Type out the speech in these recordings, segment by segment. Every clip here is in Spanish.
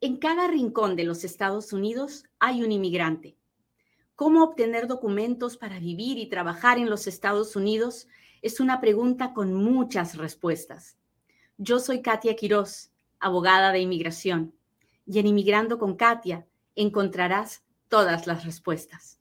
En cada rincón de los Estados Unidos hay un inmigrante. ¿Cómo obtener documentos para vivir y trabajar en los Estados Unidos? Es una pregunta con muchas respuestas. Yo soy Katia Quiroz, abogada de inmigración, y en Inmigrando con Katia encontrarás todas las respuestas.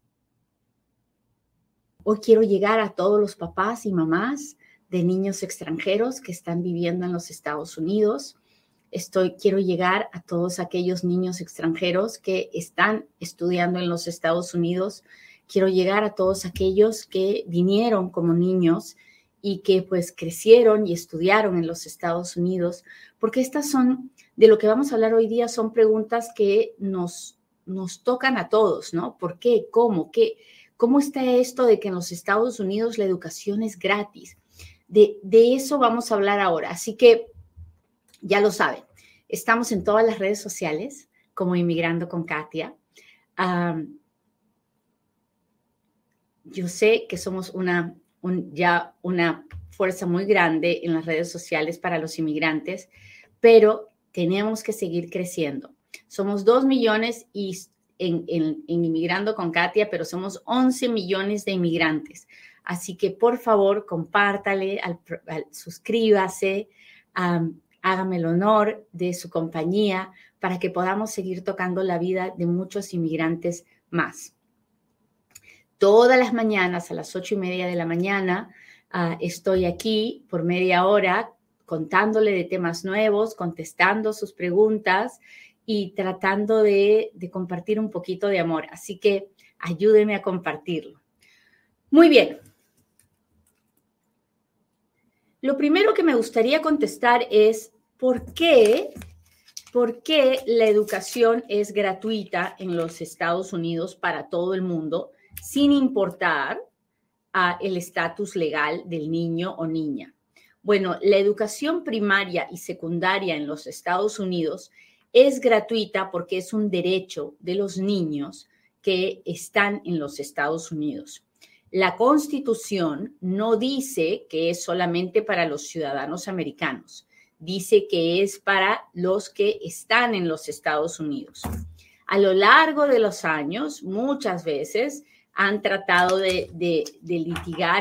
Hoy quiero llegar a todos los papás y mamás de niños extranjeros que están viviendo en los Estados Unidos. Quiero llegar a todos aquellos niños extranjeros que están estudiando en los Estados Unidos. Quiero llegar a todos aquellos que vinieron como niños y que pues crecieron y estudiaron en los Estados Unidos, porque estas son, de lo que vamos a hablar hoy día, son preguntas que nos tocan a todos, ¿no? ¿Por qué? ¿Cómo? ¿Cómo está esto de que en los Estados Unidos la educación es gratis? De eso vamos a hablar ahora, así que ya lo saben, estamos en todas las redes sociales como Inmigrando con Katia. Yo sé que somos ya una fuerza muy grande en las redes sociales para los inmigrantes, pero tenemos que seguir creciendo. Somos 2 millones en Inmigrando con Katia, pero somos 11 millones de inmigrantes. Así que, por favor, compártale, suscríbase, hágame el honor de su compañía para que podamos seguir tocando la vida de muchos inmigrantes más. Todas las mañanas a las 8:30 de la mañana estoy aquí por media hora contándole de temas nuevos, contestando sus preguntas y tratando de compartir un poquito de amor. Así que ayúdeme a compartirlo. Muy bien. Lo primero que me gustaría contestar es ¿por qué la educación es gratuita en los Estados Unidos para todo el mundo sin importar el estatus legal del niño o niña? Bueno, la educación primaria y secundaria en los Estados Unidos es gratuita porque es un derecho de los niños que están en los Estados Unidos. La Constitución no dice que es solamente para los ciudadanos americanos, dice que es para los que están en los Estados Unidos. A lo largo de los años, muchas veces han tratado de litigar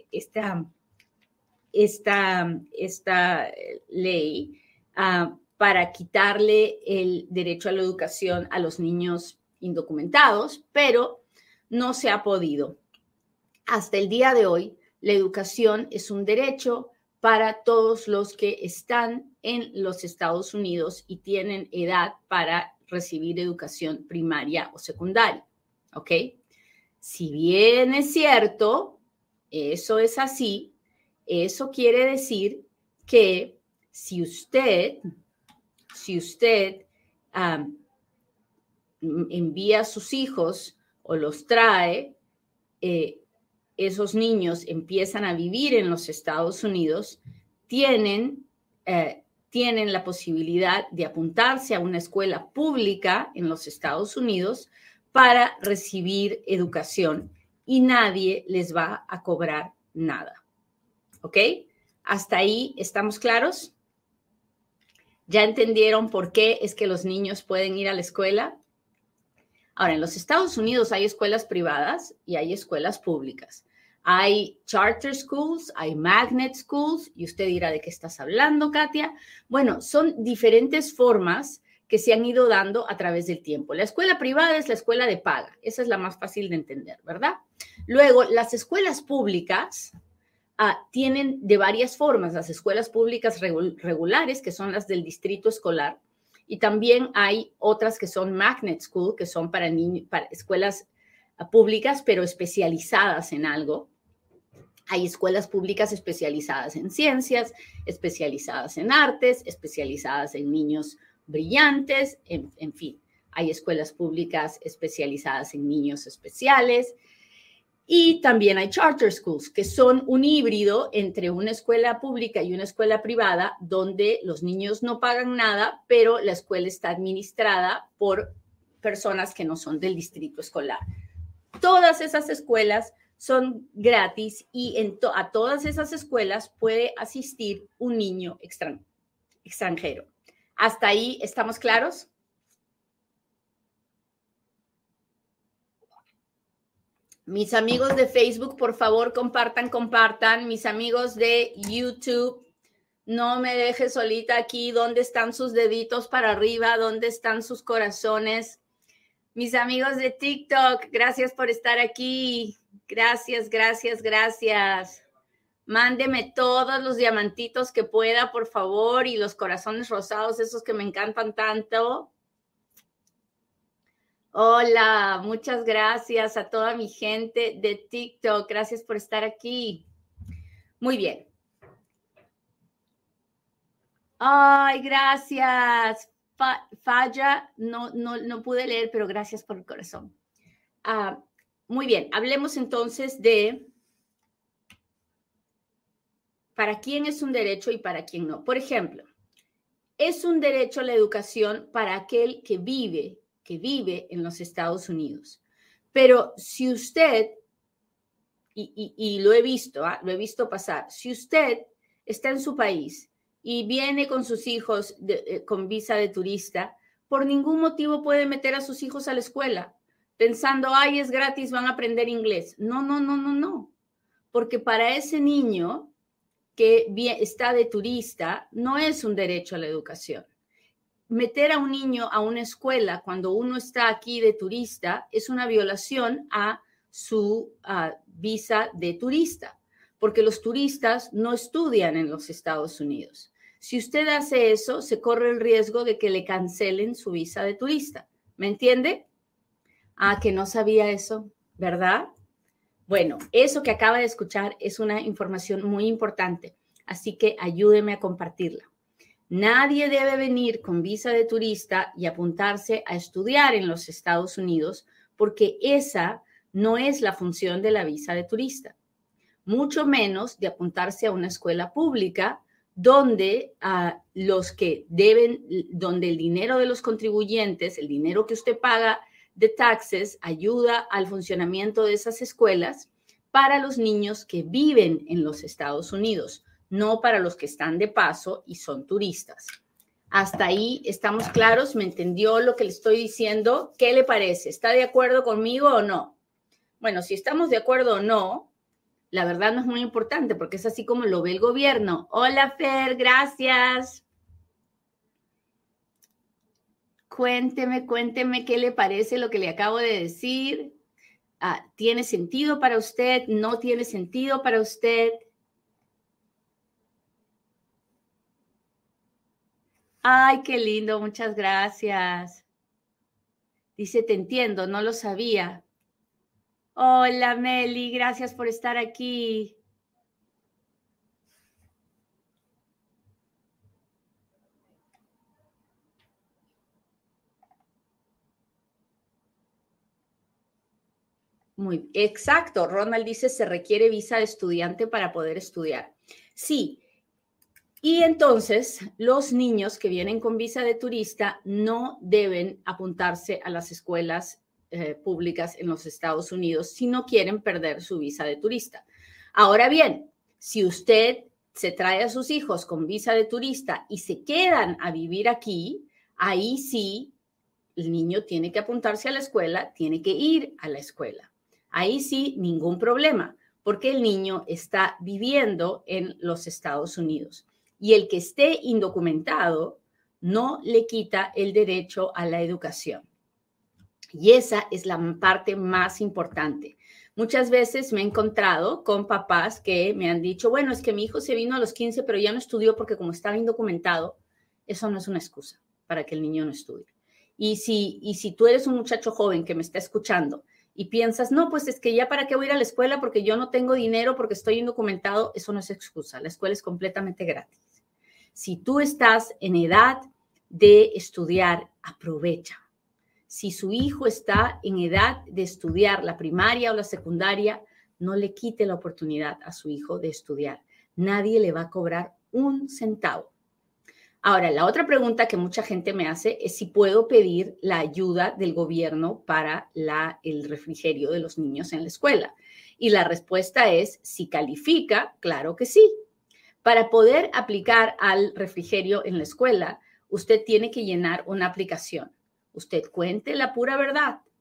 esta ley para quitarle el derecho a la educación a los niños indocumentados, pero no se ha podido. Hasta el día de hoy, la educación es un derecho para todos los que están en los Estados Unidos y tienen edad para recibir educación primaria o secundaria, ¿ok? Si bien es cierto, eso es así, eso quiere decir que si usted envía a sus hijos o los trae, esos niños empiezan a vivir en los Estados Unidos, tienen la posibilidad de apuntarse a una escuela pública en los Estados Unidos para recibir educación y nadie les va a cobrar nada. ¿Ok? ¿Hasta ahí estamos claros? ¿Ya entendieron por qué es que los niños pueden ir a la escuela? Ahora, en los Estados Unidos hay escuelas privadas y hay escuelas públicas. Hay charter schools, hay magnet schools, y usted dirá, ¿de qué estás hablando, Katia? Bueno, son diferentes formas que se han ido dando a través del tiempo. La escuela privada es la escuela de paga. Esa es la más fácil de entender, ¿verdad? Luego, las escuelas públicas tienen de varias formas. Las escuelas públicas regulares, que son las del distrito escolar, y también hay otras que son magnet school, que son para escuelas públicas, pero especializadas en algo. Hay escuelas públicas especializadas en ciencias, especializadas en artes, especializadas en niños brillantes, en fin. Hay escuelas públicas especializadas en niños especiales. Y también hay charter schools, que son un híbrido entre una escuela pública y una escuela privada, donde los niños no pagan nada, pero la escuela está administrada por personas que no son del distrito escolar. Todas esas escuelas son gratis y a todas esas escuelas puede asistir un niño extranjero. ¿Hasta ahí estamos claros? Mis amigos de Facebook, por favor, compartan. Mis amigos de YouTube, no me deje solita aquí. ¿Dónde están sus deditos para arriba? ¿Dónde están sus corazones? Mis amigos de TikTok, gracias por estar aquí. Gracias. Mándeme todos los diamantitos que pueda, por favor, y los corazones rosados, esos que me encantan tanto. Hola, muchas gracias a toda mi gente de TikTok. Gracias por estar aquí. Muy bien. Ay, gracias. Falla, no pude leer, pero gracias por el corazón. Muy bien, hablemos entonces de para quién es un derecho y para quién no. Por ejemplo, es un derecho a la educación para aquel que vive en los Estados Unidos. Pero si usted, y lo he visto pasar, si usted está en su país y viene con sus hijos con visa de turista, por ningún motivo puede meter a sus hijos a la escuela pensando, ay, es gratis, van a aprender inglés. No. Porque para ese niño que está de turista no es un derecho a la educación. Meter a un niño a una escuela cuando uno está aquí de turista es una violación a su visa de turista, porque los turistas no estudian en los Estados Unidos. Si usted hace eso, se corre el riesgo de que le cancelen su visa de turista. ¿Me entiende? Que no sabía eso, ¿verdad? Bueno, eso que acaba de escuchar es una información muy importante, así que ayúdeme a compartirla. Nadie debe venir con visa de turista y apuntarse a estudiar en los Estados Unidos porque esa no es la función de la visa de turista. Mucho menos de apuntarse a una escuela pública donde donde el dinero de los contribuyentes, el dinero que usted paga de taxes, ayuda al funcionamiento de esas escuelas para los niños que viven en los Estados Unidos, no para los que están de paso y son turistas. Hasta ahí estamos claros, ¿me entendió lo que le estoy diciendo? ¿Qué le parece? ¿Está de acuerdo conmigo o no? Bueno, si estamos de acuerdo o no, la verdad no es muy importante porque es así como lo ve el gobierno. Hola, Fer, gracias. Cuénteme qué le parece lo que le acabo de decir. ¿Tiene sentido para usted? ¿No tiene sentido para usted? Ay, qué lindo, muchas gracias. Dice, te entiendo, no lo sabía. Hola, Meli, gracias por estar aquí. Muy exacto, Ronald dice, se requiere visa de estudiante para poder estudiar. Sí, y entonces los niños que vienen con visa de turista no deben apuntarse a las escuelas públicas en los Estados Unidos si no quieren perder su visa de turista. Ahora bien, si usted se trae a sus hijos con visa de turista y se quedan a vivir aquí, ahí sí el niño tiene que apuntarse a la escuela, tiene que ir a la escuela. Ahí sí, ningún problema, porque el niño está viviendo en los Estados Unidos. Y el que esté indocumentado no le quita el derecho a la educación. Y esa es la parte más importante. Muchas veces me he encontrado con papás que me han dicho, bueno, es que mi hijo se vino a los 15, pero ya no estudió porque como estaba indocumentado, eso no es una excusa para que el niño no estudie. Y si tú eres un muchacho joven que me está escuchando y piensas, no, pues es que ya para qué voy a ir a la escuela porque yo no tengo dinero, porque estoy indocumentado, eso no es excusa. La escuela es completamente gratis. Si tú estás en edad de estudiar, aprovecha. Si su hijo está en edad de estudiar la primaria o la secundaria, no le quite la oportunidad a su hijo de estudiar. Nadie le va a cobrar un centavo. Ahora, la otra pregunta que mucha gente me hace es si puedo pedir la ayuda del gobierno para el refrigerio de los niños en la escuela. Y la respuesta es, si califica, claro que sí. Para poder aplicar al refrigerio en la escuela, usted tiene que llenar una aplicación. Usted cuente la pura verdad.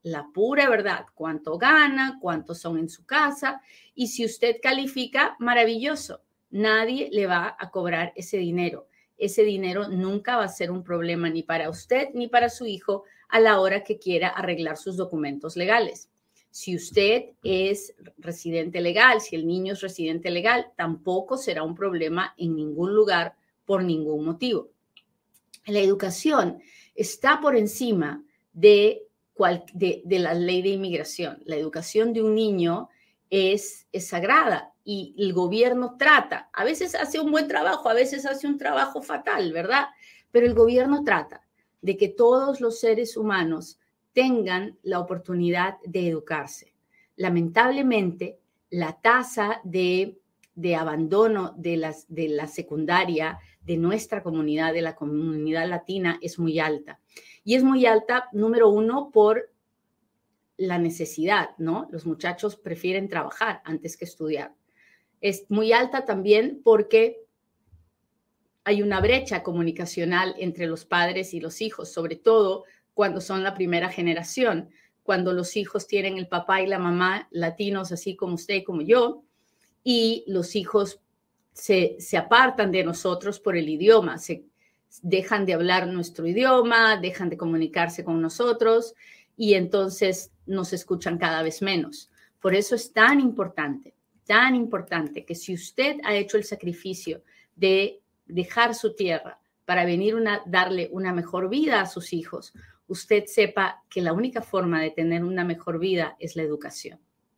la pura verdad, cuánto gana, cuántos son en su casa, y si usted califica, maravilloso, nadie le va a cobrar ese dinero. Ese dinero nunca va a ser un problema ni para usted ni para su hijo a la hora que quiera arreglar sus documentos legales. Si usted es residente legal, si el niño es residente legal, tampoco será un problema en ningún lugar por ningún motivo. La educación está por encima de la ley de inmigración. La educación de un niño es sagrada y el gobierno trata, a veces hace un buen trabajo, a veces hace un trabajo fatal, ¿verdad? Pero el gobierno trata de que todos los seres humanos tengan la oportunidad de educarse. Lamentablemente, la tasa de abandono de la secundaria de nuestra comunidad, de la comunidad latina, es muy alta. Y es muy alta, número uno, por la necesidad, ¿no? Los muchachos prefieren trabajar antes que estudiar. Es muy alta también porque hay una brecha comunicacional entre los padres y los hijos, sobre todo cuando son la primera generación, cuando los hijos tienen el papá y la mamá latinos, así como usted y como yo, y los hijos se apartan de nosotros por el idioma, se dejan de hablar nuestro idioma, dejan de comunicarse con nosotros y entonces nos escuchan cada vez menos. Por eso es tan importante que si usted ha hecho el sacrificio de dejar su tierra para venir darle una mejor vida a sus hijos, usted sepa que la única forma de tener una mejor vida es la educación.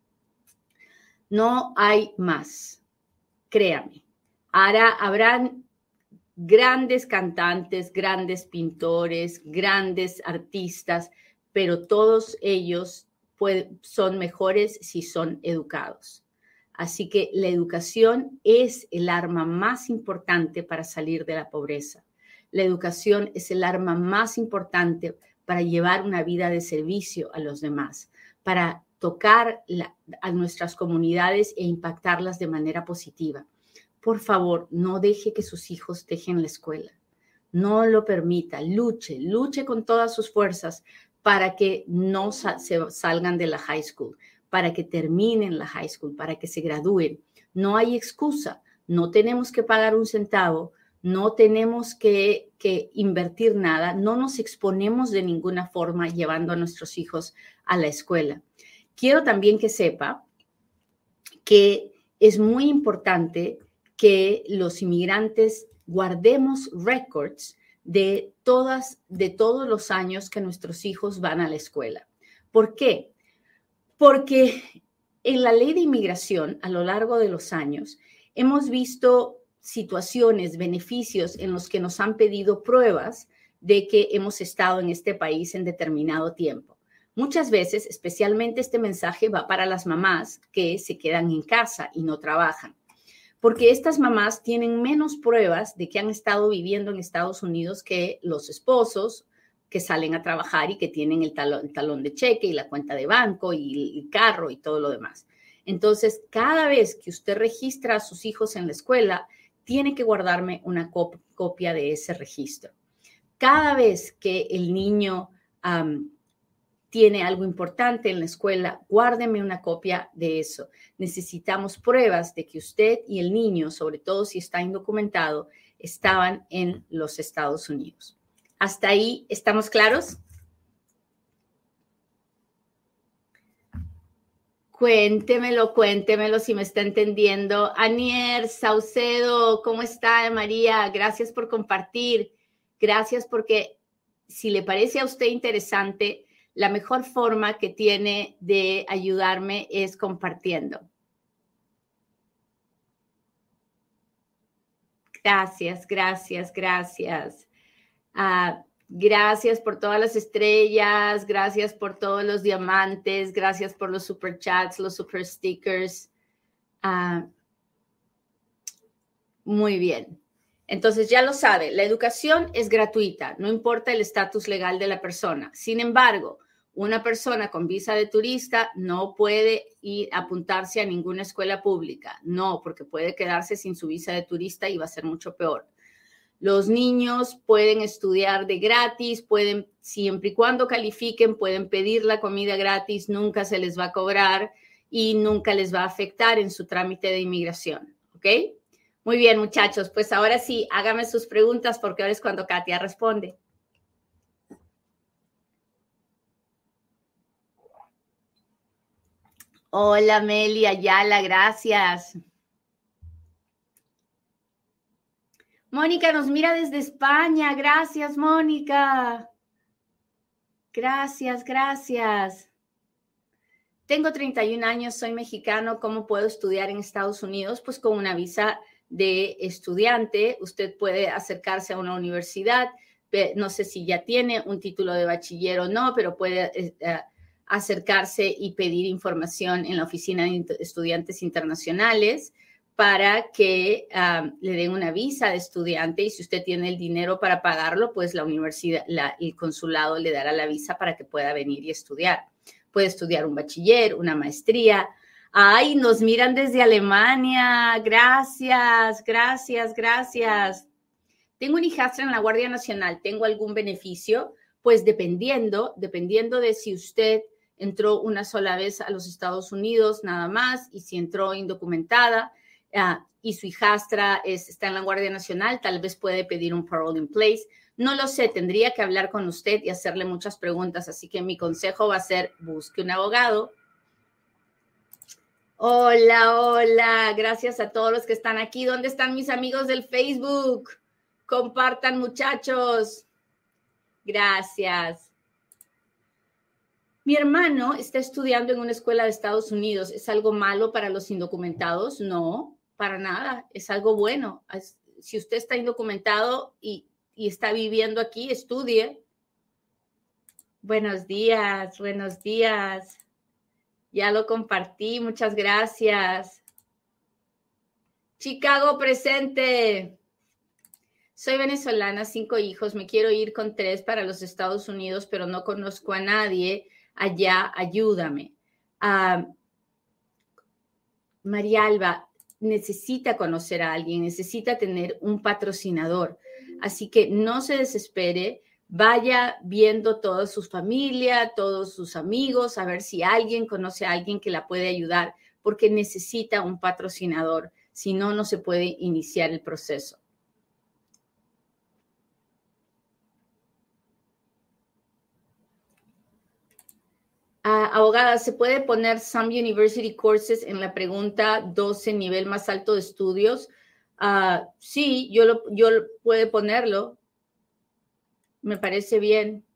No hay más, créame. Ahora habrán grandes cantantes, grandes pintores, grandes artistas, pero todos ellos son mejores si son educados. Así que la educación es el arma más importante para salir de la pobreza. La educación es el arma más importante para llevar una vida de servicio a los demás, para tocar a nuestras comunidades e impactarlas de manera positiva. Por favor, no deje que sus hijos dejen la escuela. No lo permita. Luche con todas sus fuerzas para que no se salgan de la high school, para que terminen la high school, para que se gradúen. No hay excusa. No tenemos que pagar un centavo. No tenemos que invertir nada. No nos exponemos de ninguna forma llevando a nuestros hijos a la escuela. Quiero también que sepa que es muy importante que los inmigrantes guardemos records de todos los años que nuestros hijos van a la escuela. ¿Por qué? Porque en la ley de inmigración, a lo largo de los años, hemos visto situaciones, beneficios en los que nos han pedido pruebas de que hemos estado en este país en determinado tiempo. Muchas veces, especialmente este mensaje va para las mamás que se quedan en casa y no trabajan, porque estas mamás tienen menos pruebas de que han estado viviendo en Estados Unidos que los esposos que salen a trabajar y que tienen el talón de cheque y la cuenta de banco y el carro y todo lo demás. Entonces, cada vez que usted registra a sus hijos en la escuela, tiene que guardarme una copia de ese registro. Cada vez que el niño tiene algo importante en la escuela, guárdeme una copia de eso. Necesitamos pruebas de que usted y el niño, sobre todo si está indocumentado, estaban en los Estados Unidos. ¿Hasta ahí estamos claros? Cuéntemelo si me está entendiendo. Anier, Saucedo, ¿cómo está, María? Gracias por compartir. Gracias porque si le parece a usted interesante, la mejor forma que tiene de ayudarme es compartiendo. Gracias. Gracias por todas las estrellas, gracias por todos los diamantes, gracias por los super chats, los super stickers. Muy bien. Entonces ya lo sabe, la educación es gratuita, no importa el estatus legal de la persona. Sin embargo, una persona con visa de turista no puede ir a apuntarse a ninguna escuela pública. No, porque puede quedarse sin su visa de turista y va a ser mucho peor. Los niños pueden estudiar de gratis, pueden, siempre y cuando califiquen, pueden pedir la comida gratis, nunca se les va a cobrar y nunca les va a afectar en su trámite de inmigración, ¿ok? Muy bien, muchachos, pues ahora sí, háganme sus preguntas porque ahora es cuando Katia responde. Hola, Meli Ayala, gracias. Mónica nos mira desde España. Gracias, Mónica. Gracias, gracias. Tengo 31 años, soy mexicano. ¿Cómo puedo estudiar en Estados Unidos? Pues con una visa de estudiante. Usted puede acercarse a una universidad. No sé si ya tiene un título de bachiller o no, pero puede acercarse y pedir información en la Oficina de Estudiantes Internacionales para que le den una visa de estudiante, y si usted tiene el dinero para pagarlo, pues la universidad, el consulado le dará la visa para que pueda venir y estudiar. Puede estudiar un bachiller, una maestría. ¡Ay, nos miran desde Alemania! Gracias, gracias, gracias. Tengo un hijastra en la Guardia Nacional, ¿tengo algún beneficio? Pues dependiendo de si usted entró una sola vez a los Estados Unidos, nada más, y si entró indocumentada, y su hijastra está en la Guardia Nacional, tal vez puede pedir un parole in place. No lo sé, tendría que hablar con usted y hacerle muchas preguntas, así que mi consejo va a ser, busque un abogado. Hola, hola, gracias a todos los que están aquí. ¿Dónde están mis amigos del Facebook? Compartan, muchachos. Gracias. Mi hermano está estudiando en una escuela de Estados Unidos. ¿Es algo malo para los indocumentados? No, para nada. Es algo bueno. Si usted está indocumentado y está viviendo aquí, estudie. Buenos días, buenos días. Ya lo compartí, muchas gracias. Chicago presente. Soy venezolana, 5 hijos, me quiero ir con 3 para los Estados Unidos, pero no conozco a nadie allá, ayúdame. María Alba, necesita conocer a alguien, necesita tener un patrocinador, así que no se desespere, vaya viendo toda su familia, todos sus amigos, a ver si alguien conoce a alguien que la puede ayudar, porque necesita un patrocinador, si no, no se puede iniciar el proceso. Abogada, ¿se puede poner some university courses en la pregunta 12, nivel más alto de estudios? Sí, yo puedo ponerlo. Me parece bien.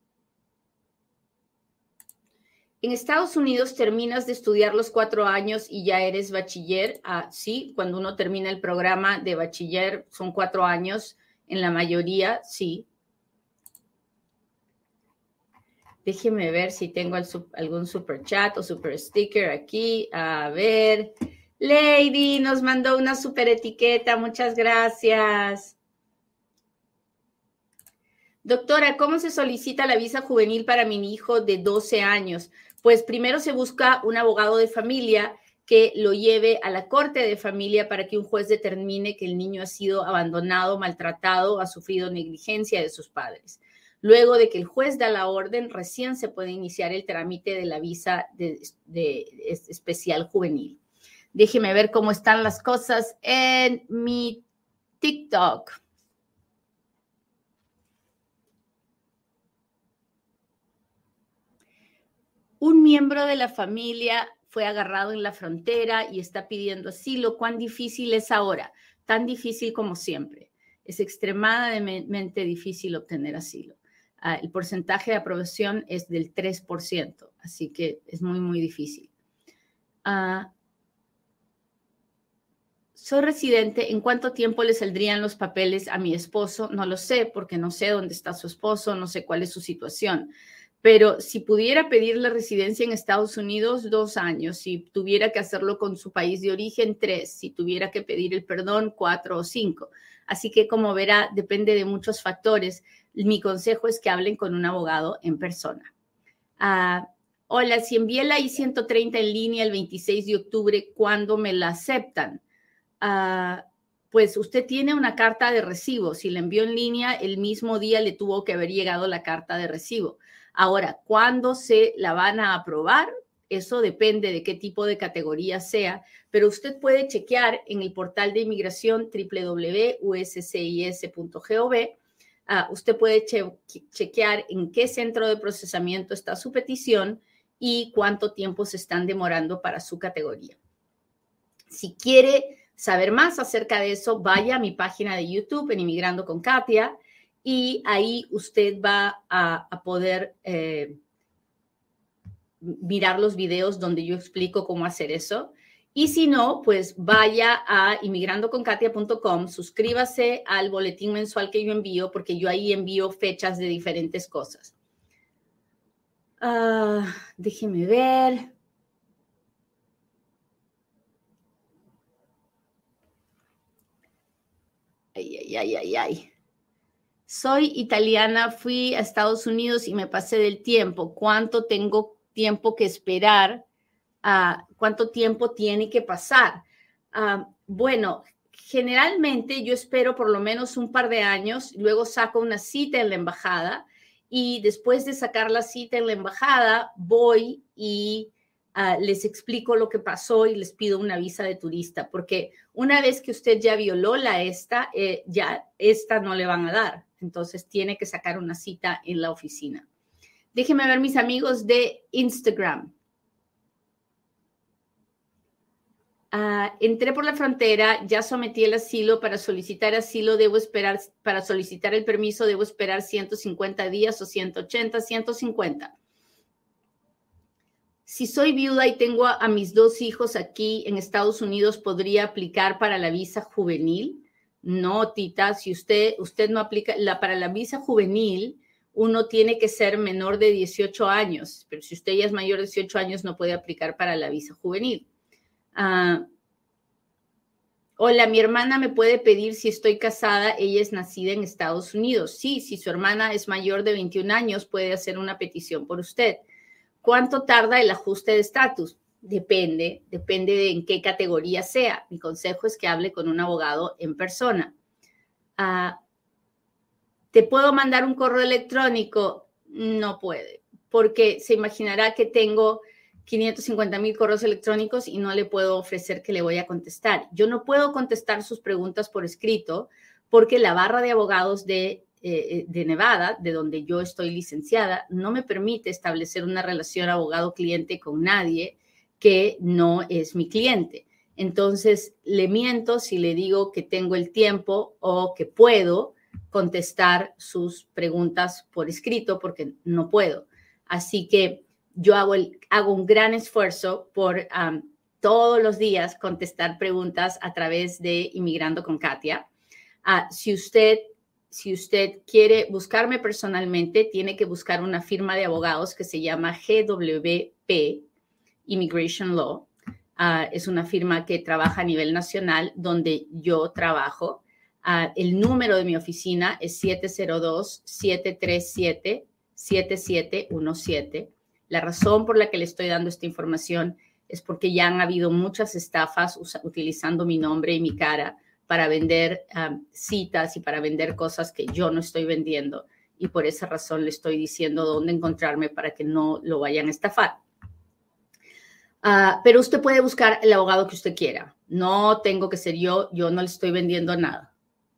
En Estados Unidos terminas de estudiar los 4 años y ya eres bachiller. Sí, cuando uno termina el programa de bachiller son 4 años, en la mayoría, sí. Déjeme ver si tengo algún super chat o super sticker aquí. A ver. Lady nos mandó una super etiqueta. Muchas gracias. Doctora, ¿cómo se solicita la visa juvenil para mi hijo de 12 años? Pues primero se busca un abogado de familia que lo lleve a la corte de familia para que un juez determine que el niño ha sido abandonado, maltratado, ha sufrido negligencia de sus padres. Luego de que el juez da la orden, recién se puede iniciar el trámite de la visa de especial juvenil. Déjeme ver cómo están las cosas en mi TikTok. Un miembro de la familia fue agarrado en la frontera y está pidiendo asilo. ¿Cuán difícil es ahora? Tan difícil como siempre. Es extremadamente difícil obtener asilo. El porcentaje de aprobación es del 3%, así que es muy, muy difícil. Soy residente, ¿en cuánto tiempo le saldrían los papeles a mi esposo? No lo sé, porque no sé dónde está su esposo, no sé cuál es su situación. Pero si pudiera pedir la residencia en Estados Unidos, 2 años. Si tuviera que hacerlo con su país de origen, 3. Si tuviera que pedir el perdón, 4 o 5. Así que, como verá, depende de muchos factores. Mi consejo es que hablen con un abogado en persona. Hola, si envié la I-130 en línea el 26 de octubre, ¿cuándo me la aceptan? pues usted tiene una carta de recibo. Si la envió en línea, el mismo día le tuvo que haber llegado la carta de recibo. Ahora, ¿cuándo se la van a aprobar? Eso depende de qué tipo de categoría sea, pero usted puede chequear en el portal de inmigración www.uscis.gov. Usted puede chequear en qué centro de procesamiento está su petición y cuánto tiempo se están demorando para su categoría. Si quiere saber más acerca de eso, vaya a mi página de YouTube en Inmigrando con Katia y ahí usted va a poder mirar los videos donde yo explico cómo hacer eso. Y si no, pues vaya a inmigrandoconkatia.com, suscríbase al boletín mensual que yo envío, porque yo ahí envío fechas de diferentes cosas. Déjeme ver. Ay. Soy italiana, fui a Estados Unidos y me pasé del tiempo. ¿Cuánto tengo tiempo que esperar? ¿Cuánto tiempo tiene que pasar? Bueno, generalmente yo espero por lo menos un par de años, luego saco una cita en la embajada y después de sacar la cita en la embajada voy y les explico lo que pasó y les pido una visa de turista, porque una vez que usted ya violó ya esta no le van a dar. Entonces tiene que sacar una cita en la oficina. Déjenme ver mis amigos de Instagram. Entré por la frontera, ya sometí el asilo. Para solicitar asilo debo esperar, para solicitar el permiso debo esperar 150 días o 180, 150. Si soy viuda y tengo a mis 2 hijos aquí en Estados Unidos, ¿podría aplicar para la visa juvenil? No, Tita, si usted no aplica para la visa juvenil, uno tiene que ser menor de 18 años, pero si usted ya es mayor de 18 años, no puede aplicar para la visa juvenil. Hola, mi hermana me puede pedir si estoy casada, ella es nacida en Estados Unidos. Sí, si su hermana es mayor de 21 años, puede hacer una petición por usted. ¿Cuánto tarda el ajuste de estatus? Depende de en qué categoría sea. Mi consejo es que hable con un abogado en persona. ¿Te puedo mandar un correo electrónico? No puede, porque se imaginará que tengo 550,000 correos electrónicos y no le puedo ofrecer que le voy a contestar. Yo no puedo contestar sus preguntas por escrito porque la barra de abogados de Nevada, de donde yo estoy licenciada, no me permite establecer una relación abogado-cliente con nadie que no es mi cliente. Entonces, le miento si le digo que tengo el tiempo o que puedo contestar sus preguntas por escrito porque no puedo. Así que yo hago un gran esfuerzo por todos los días contestar preguntas a través de Inmigrando con Katia. Si usted quiere buscarme personalmente, tiene que buscar una firma de abogados que se llama GWP Immigration Law. Es una firma que trabaja a nivel nacional donde yo trabajo. El número de mi oficina es 702-737-7717. La razón por la que le estoy dando esta información es porque ya han habido muchas estafas utilizando mi nombre y mi cara para vender citas y para vender cosas que yo no estoy vendiendo. Y por esa razón le estoy diciendo dónde encontrarme para que no lo vayan a estafar. Pero usted puede buscar el abogado que usted quiera. No tengo que ser yo no le estoy vendiendo nada.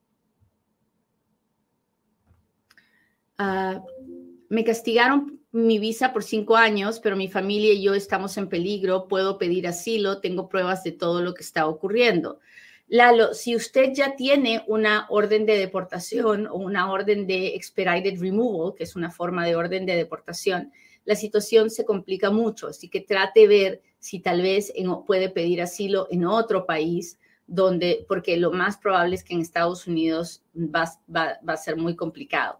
Me castigaron mi visa por 5 años, pero mi familia y yo estamos en peligro. Puedo pedir asilo, tengo pruebas de todo lo que está ocurriendo. Lalo, si usted ya tiene una orden de deportación o una orden de expedited removal, que es una forma de orden de deportación, la situación se complica mucho. Así que trate de ver si tal vez puede pedir asilo en otro país, porque lo más probable es que en Estados Unidos va a ser muy complicado.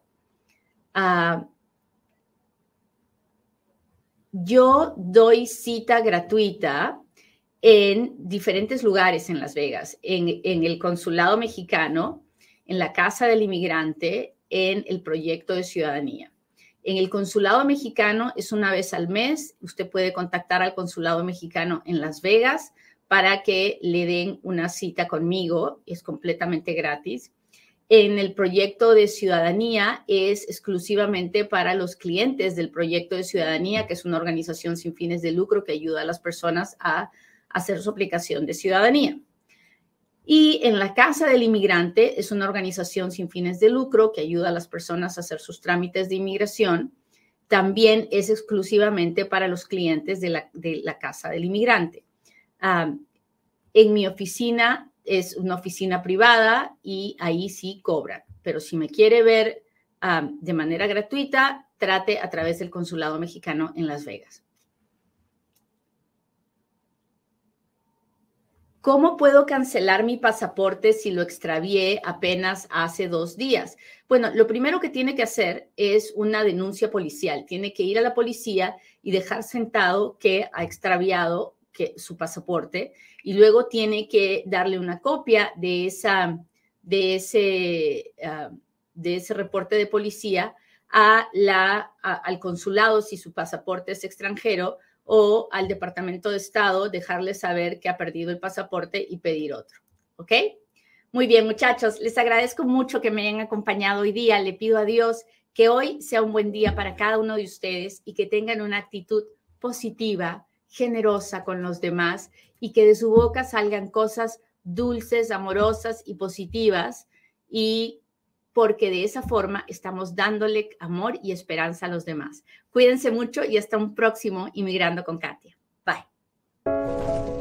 Yo doy cita gratuita en diferentes lugares en Las Vegas, en el Consulado Mexicano, en la Casa del Inmigrante, en el Proyecto de Ciudadanía. En el Consulado Mexicano es una vez al mes. Usted puede contactar al Consulado Mexicano en Las Vegas para que le den una cita conmigo. Es completamente gratis. En el proyecto de ciudadanía es exclusivamente para los clientes del proyecto de ciudadanía, que es una organización sin fines de lucro que ayuda a las personas a hacer su aplicación de ciudadanía. Y en la Casa del Inmigrante es una organización sin fines de lucro que ayuda a las personas a hacer sus trámites de inmigración. También es exclusivamente para los clientes de la Casa del Inmigrante. En mi oficina es una oficina privada y ahí sí cobran. Pero si me quiere ver de manera gratuita, trate a través del Consulado Mexicano en Las Vegas. ¿Cómo puedo cancelar mi pasaporte si lo extravié apenas hace 2 días? Bueno, lo primero que tiene que hacer es una denuncia policial. Tiene que ir a la policía y dejar sentado que ha extraviado su pasaporte y luego tiene que darle una copia de ese reporte de policía al consulado si su pasaporte es extranjero, o al Departamento de Estado, dejarles saber que ha perdido el pasaporte y pedir otro. ¿Ok? Muy bien, muchachos, les agradezco mucho que me hayan acompañado hoy día. Le pido a Dios que hoy sea un buen día para cada uno de ustedes y que tengan una actitud positiva, generosa con los demás y que de su boca salgan cosas dulces, amorosas y positivas, y porque de esa forma estamos dándole amor y esperanza a los demás. Cuídense mucho y hasta un próximo Inmigrando con Katia. Bye.